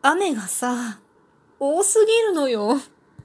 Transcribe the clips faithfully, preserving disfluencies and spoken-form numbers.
雨がさ、多すぎるのよ。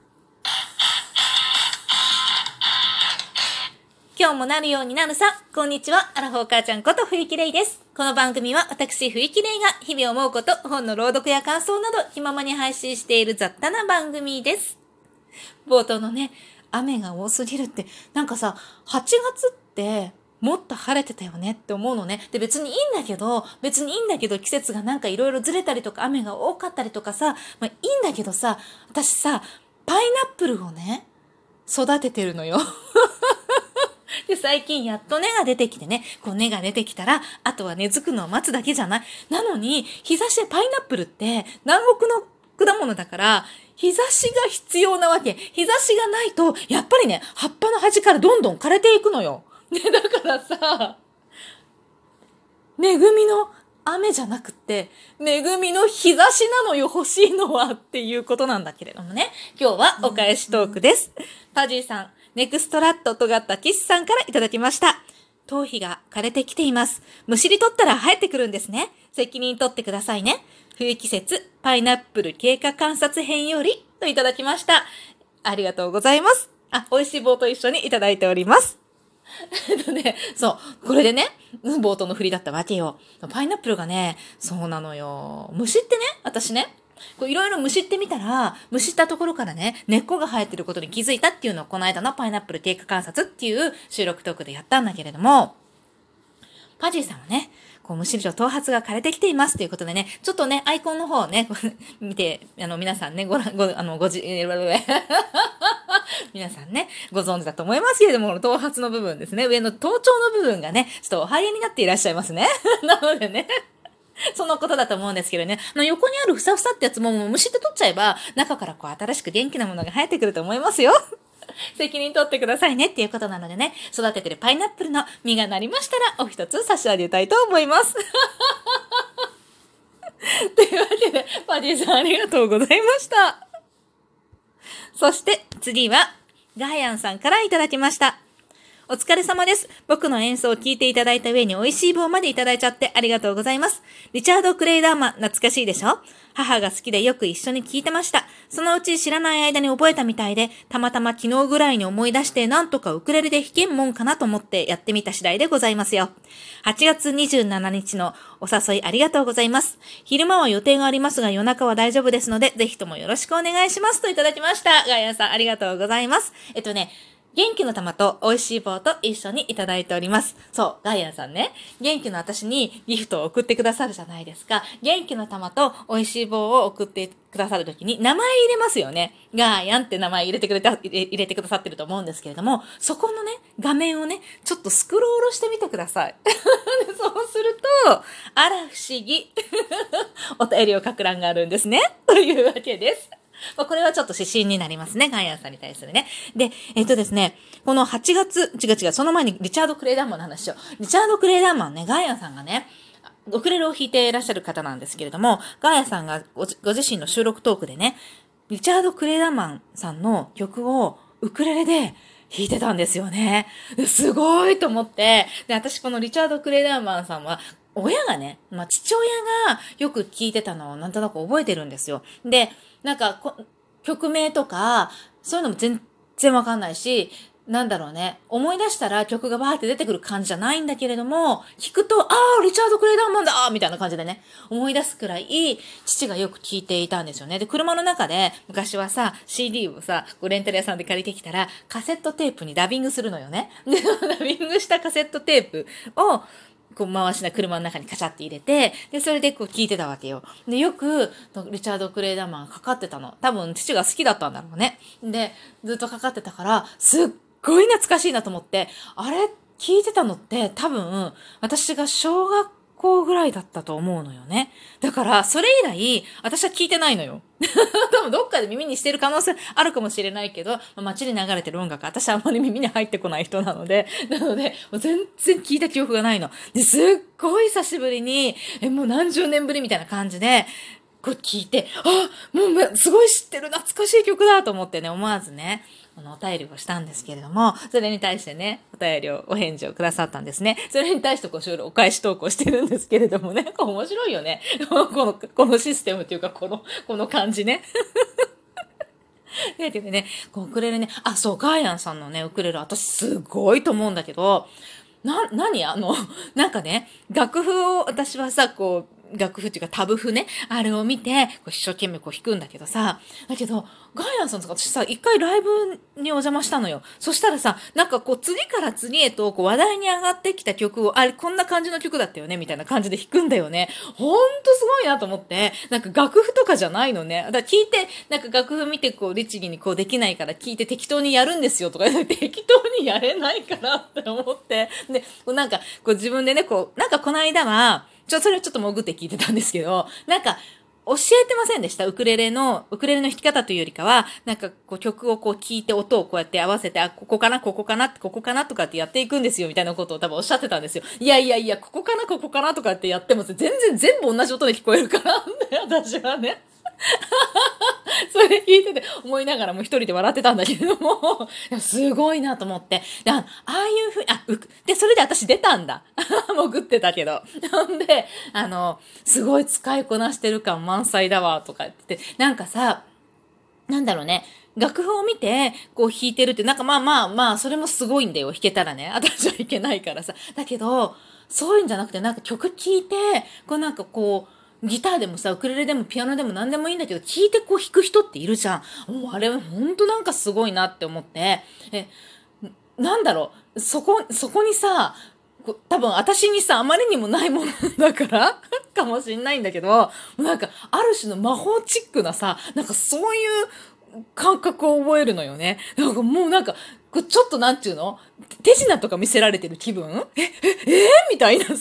今日もなるようになるさ。こんにちは。アラフォー母ちゃんこと冬木玲です。この番組は私冬木玲が日々思うこと、本の朗読や感想など気ままに配信している雑多な番組です。冒頭のね、雨が多すぎるって、なんかさ、はちがつってもっと晴れてたよねって思うのね。で、別にいいんだけど、別にいいんだけど季節がなんかいろいろずれたりとか雨が多かったりとかさ、まあいいんだけどさ、私さ、パイナップルをね、育ててるのよ。で、最近やっと根が出てきてね、こう根が出てきたら、あとは根付くのを待つだけじゃない。なのに、日差しでパイナップルって南国の果物だから、日差しが必要なわけ。日差しがないと、やっぱりね、葉っぱの端からどんどん枯れていくのよ。ね、だからさ、恵みの雨じゃなくって、恵みの日差しなのよ、欲しいのはっていうことなんだけれどもね。今日はお返しトークです。パジーさん、ネクストラット尖ったキスさんからいただきました。頭皮が枯れてきています。むしり取ったら生えてくるんですね。責任取ってくださいね。冬季節パイナップル経過観察編よりといただきました。ありがとうございます。あ、美味しい棒と一緒にいただいております。えっとね、そう、これでね、冒頭の振りだったわけよ。パイナップルがね、そうなのよ。虫ってね、私ね、こういろいろ虫ってみたら、虫ったところからね、根っこが生えてることに気づいたっていうのをこの間のパイナップル経過観察っていう収録トークでやったんだけれども、パジーさんはね、こう、むしろ頭髪が枯れてきていますということでね、ちょっとね、アイコンの方をね、見て、あの、皆さんね、ご覧、ご、あの、ごじ、えー、皆さんね、ご存知だと思いますけれども、頭髪の部分ですね、上の頭頂の部分がね、ちょっとお生えになっていらっしゃいますね。なのでね、そのことだと思うんですけどね、あの横にあるふさふさってやつも、もう虫って取っちゃえば、中からこう新しく元気なものが生えてくると思いますよ。責任取ってくださいねっていうことなのでね、育ててるパイナップルの実がなりましたら、お一つ差し上げたいと思います。というわけで、パディさんありがとうございました。そして次は、ガイアンさんからいただきました。お疲れ様です。僕の演奏を聴いていただいた上に美味しい棒までいただいちゃってありがとうございます。リチャード・クレイダーマン、懐かしいでしょ？母が好きでよく一緒に聴いてました。そのうち知らない間に覚えたみたいで、たまたま昨日ぐらいに思い出してなんとかウクレレで弾けんもんかなと思ってやってみた次第でございますよ。はちがつにじゅうしちにちのお誘いありがとうございます。昼間は予定がありますが夜中は大丈夫ですので、ぜひともよろしくお願いしますといただきました。ガイアンさんありがとうございます。えっとね、元気の玉と美味しい棒と一緒にいただいております。そう、ガイアンさんね、元気の私にギフトを送ってくださるじゃないですか。元気の玉と美味しい棒を送ってくださるときに名前入れますよね。ガイアンって名前入れてくれた、入れてくださってると思うんですけれども、そこのね、画面をね、ちょっとスクロールしてみてください。そうすると、あら不思議。お便りを書く欄があるんですね。というわけです。これはちょっと指針になりますね。ガイアンさんに対するね。で、えっとですね、このはちがつ、違う違う、その前にリチャード・クレイダーマンの話を。リチャード・クレイダーマンね、ガイアンさんがね、ウクレレを弾いていらっしゃる方なんですけれども、ガイアンさんがご、ご自身の収録トークでね、リチャード・クレイダーマンさんの曲をウクレレで弾いてたんですよね。すごいと思って、で、私このリチャード・クレイダーマンさんは、親がね、まあ、父親がよく聞いてたのをなんとなく覚えてるんですよ。で、なんかこ、曲名とか、そういうのも全然わかんないし、なんだろうね。思い出したら曲がバーって出てくる感じじゃないんだけれども、聞くと、ああ、リチャード・クレイダーマンだみたいな感じでね、思い出すくらい、父がよく聞いていたんですよね。で、車の中で、昔はさ、シーディー をさ、レンタル屋さんで借りてきたら、カセットテープにダビングするのよね。で、ダビングしたカセットテープを、こう回しな車の中にカチャって入れて、で、それでこう聞いてたわけよ。で、よく、リチャード・クレイダーマンかかってたの。多分父が好きだったんだろうね。で、ずっとかかってたから、すっごい懐かしいなと思って、あれ、聞いてたのって多分、私が小学校ぐらいだったと思うのよね。だから、それ以来、私は聞いてないのよ。多分どっかで耳にしてる可能性あるかもしれないけど、街に流れてる音楽、私はあんまり耳に入ってこない人なので、なので、もう全然聞いた記憶がないの。で、すっごい久しぶりに、え、もう何十年ぶりみたいな感じで、こう聞いて、あ、もうすごい知ってる懐かしい曲だと思ってね、思わずね、 あの、お便りをしたんですけれども、それに対してね、お便りを、お返事をくださったんですね。それに対してこう、いろいろお返し投稿してるんですけれどもね、面白いよね。この、このシステムっていうか、この、この感じね。だけどね、こうウクレレね、あ、そう、ガーヤンさんのね、ウクレレ、私すごいと思うんだけど、な、何あの、なんかね、楽譜を私はさ、こう、楽譜っていうかタブ譜ね、あれを見て、こう一生懸命こう弾くんだけどさ、だけど、ガーヤンさんとか私さ、一回ライブにお邪魔したのよ。そしたらさ、なんかこう次から次へとこう話題に上がってきた曲を、あれこんな感じの曲だったよね、みたいな感じで弾くんだよね。ほんとすごいなと思って、なんか楽譜とかじゃないのね。だから聞いて、なんか楽譜見てこう律儀にこうできないから聞いて適当にやるんですよとか言って、適当にやれないからって思って、で、こうなんかこう自分でね、こう、なんかこの間は、ちょ、それをちょっと潜って聞いてたんですけど、なんか、教えてませんでしたウクレレの、ウクレレの弾き方というよりかは、なんかこう曲をこう聴いて音をこうやって合わせて、あ、ここかな、ここかな、ここかなとかってやっていくんですよ、みたいなことを多分おっしゃってたんですよ。いやいやいや、ここかな、ここかなとかってやっても全然全部同じ音で聞こえるからね、私はね。それ聞いてて思いながらも一人で笑ってたんだけれども、すごいなと思って。で、ああいうふうに、あ、うで、それで私出たんだ。潜ってたけど。んで、あの、すごい使いこなしてる感満載だわ、とか言ってて、なんかさ、なんだろうね。楽譜を見て、こう弾いてるって、なんかまあまあまあ、それもすごいんだよ。弾けたらね。私はいけないからさ。だけど、そういうんじゃなくて、なんか曲聴いて、こうなんかこう、ギターでもさ、ウクレレでもピアノでも何でもいいんだけど、聴いてこう弾く人っているじゃん。もうあれほんとなんかすごいなって思って。え、なんだろう、そこ、そこにさ、多分私にさ、あまりにもないものだからかもしんないんだけど、なんか、ある種の魔法チックなさ、なんかそういう感覚を覚えるのよね。なんかもうなんか、ちょっとなんていうの手品とか見せられてる気分え、え、えー、みたいなさ。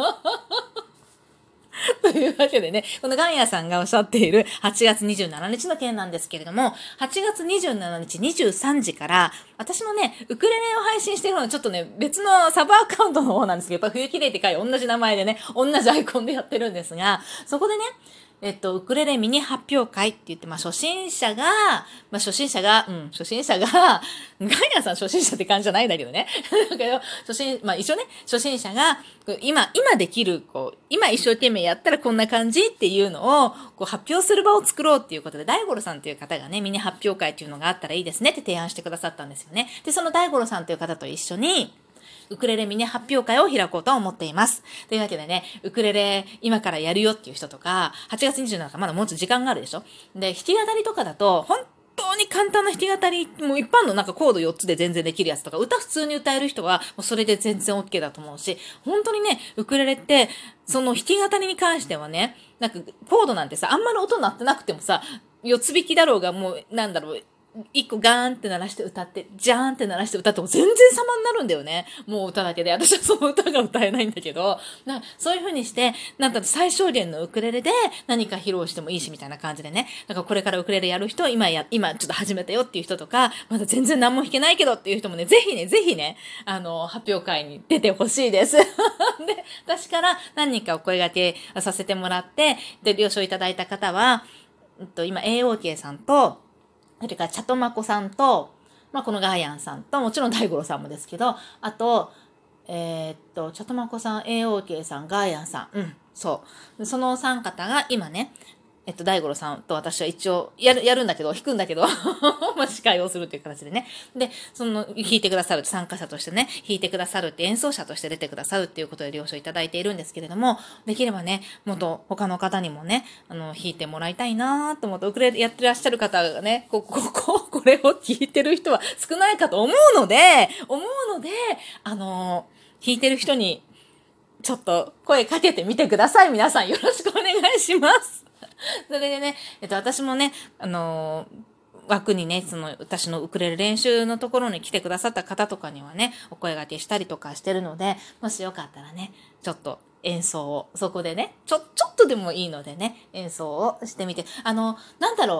というわけでね、このガンヤさんがおっしゃっているはちがつにじゅうしちにちの件なんですけれども、はちがつにじゅうしちにちにじゅうさんじから、私のね、ウクレレを配信してるのはちょっとね、別のサブアカウントの方なんですけど、やっぱ冬綺麗って書いて同じ名前でね、同じアイコンでやってるんですが、そこでね、えっと、ウクレレミニ発表会って言って、まあ、初心者が、まあ、初心者が、うん、初心者が、ガイアさん初心者って感じじゃないんだけどね。だけど、初心、まあ、一応ね、初心者が、今、今できる、こう、今一生懸命やったらこんな感じっていうのを、こう、発表する場を作ろうっていうことで、大五郎さんという方がね、ミニ発表会っていうのがあったらいいですねって提案してくださったんですよね。で、その大五郎さんという方と一緒に、ウクレレミニ発表会を開こうと思っています。というわけでね、ウクレレ今からやるよっていう人とか、はちがつにじゅうしちにちまだもうちょっと時間があるでしょ。で、弾き語りとかだと、本当に簡単な弾き語り、もう一般のなんかコードよっつで全然できるやつとか、歌普通に歌える人は、もうそれで全然 OK だと思うし、本当にね、ウクレレって、その弾き語りに関してはね、なんかコードなんてさ、あんまり音鳴ってなくてもさ、四つ弾きだろうがもう、なんだろう、一個ガーンって鳴らして歌って、ジャーンって鳴らして歌っても全然様になるんだよね。もう歌だけで。私はその歌が歌えないんだけど、なそういう風にして、なんだろ最小限のウクレレで何か披露してもいいしみたいな感じでね。なんかこれからウクレレやる人、今や、今ちょっと始めたよっていう人とか、まだ全然何も弾けないけどっていう人もね、ぜひね、ぜひね、あの、発表会に出てほしいです。で、私から何人かお声掛けさせてもらって、で、了承いただいた方は、えっと、今 エーオーケー さんと、それからチャトマコさんと、まあ、このガーヤンさんと、もちろん大五郎さんもですけど、あと、えー、っと、チャトマコさん、エーオーケー さん、ガーヤンさん、うん、そう。そのお三方が今ね、えっと、大五郎さんと私は一応、やる、やるんだけど、弾くんだけど、まあ、司会をするっていう形でね。で、その、弾いてくださる、参加者としてね、弾いてくださるって演奏者として出てくださるっていうことで了承いただいているんですけれども、できればね、もっと他の方にもね、あの、弾いてもらいたいなと思って、ウクレレやってらっしゃる方がね、ここ、こ、これを弾いてる人は少ないかと思うので、思うので、あの、弾いてる人に、ちょっと声かけてみてください。皆さんよろしくお願いします。それでね、えっと、私もね、あのー、枠にね、その、私のウクレレ練習のところに来てくださった方とかにはね、お声掛けしたりとかしてるので、もしよかったらね、ちょっと演奏を、そこでね、ちょ、ちょっとでもいいのでね、演奏をしてみて、あの、なんだろう、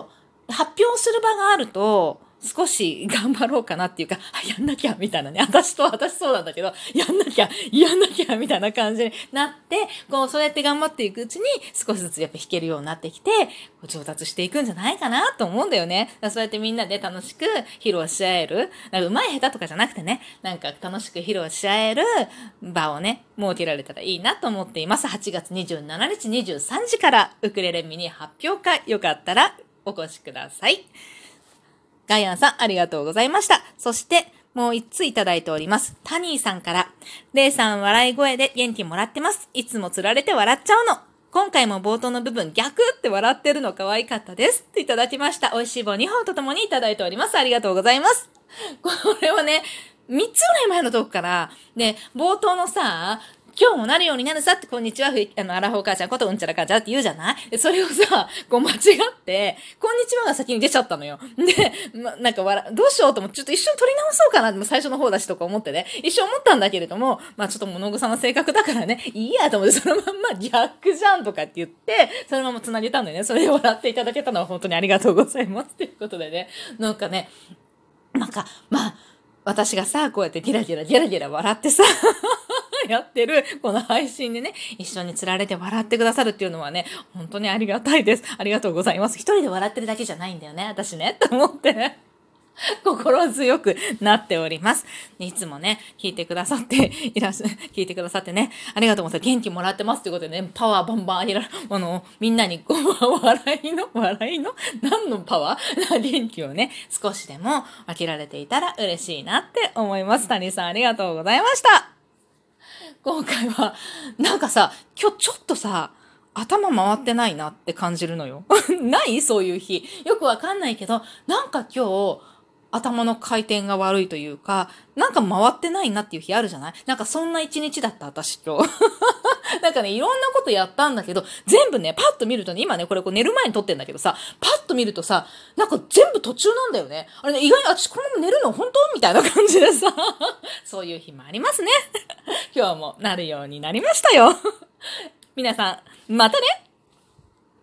発表する場があると、少し頑張ろうかなっていうか、やんなきゃみたいなね。私と私そうなんだけど、やんなきゃ、やんなきゃみたいな感じになって、こう、そうやって頑張っていくうちに少しずつやっぱ弾けるようになってきて、上達していくんじゃないかなと思うんだよね。だからそうやってみんなで楽しく披露し合える。なんか上手い下手とかじゃなくてね、なんか楽しく披露し合える場をね、設けられたらいいなと思っています。はちがつにじゅうしちにちにじゅうさんじからウクレレミニ発表会、よかったらお越しください。ガイアンさん、ありがとうございました。そして、もう一ついただいております。タニーさんから、レイさん笑い声で元気もらってます。いつも釣られて笑っちゃうの。今回も冒頭の部分、逆って笑ってるの可愛かったです。っていただきました。美味しい棒にほんとともにいただいております。ありがとうございます。これはね、みっつぐらい前のトークから、ね、冒頭のさ、今日もなるようになるさって、こんにちは、あの、アラフォー母ちゃんことうんちゃらかんちゃらって言うじゃない？それをさ、こう間違って、こんにちはが先に出ちゃったのよ。で、ま、なんかわら、どうしようと思って、ちょっと一瞬取り直そうかなって、最初の方だしとか思ってね、一瞬思ったんだけれども、まあちょっと物臭な性格だからね、いいやと思って、そのまんま逆じゃんとかって言って、そのまま繋げたんだよね。それで笑っていただけたのは本当にありがとうございます。ということでね、なんかね、なんか、まあ、私がさ、こうやってギラギラギラギラ笑ってさ、やってる、この配信でね、一緒に釣られて笑ってくださるっていうのはね、本当にありがたいです。ありがとうございます。一人で笑ってるだけじゃないんだよね、私ね、と思ってね。心強くなっております。いつもね、聞いてくださっていらっしゃ、聞いてくださってね、ありがとうございます。元気もらってますということでね、パワーバンバンあげられ、あの、みんなにこう、笑いの、笑いの何のパワー元気をね、少しでも分けられていたら嬉しいなって思います。谷さんありがとうございました。今回は、なんかさ、今日ちょっとさ、頭回ってないなって感じるのよ。ないそういう日。よくわかんないけど、なんか今日、頭の回転が悪いというか、なんか回ってないなっていう日あるじゃない？なんかそんな一日だった、私今日。なんかね、いろんなことやったんだけど、全部ね、パッと見るとね、今ね、これこう寝る前に撮ってんだけどさ、パッと見るとさ、なんか全部途中なんだよね。あれね、意外に、私このまま寝るの本当みたいな感じでさ、そういう日もありますね。今日もなるようになりましたよ。皆さん、またね。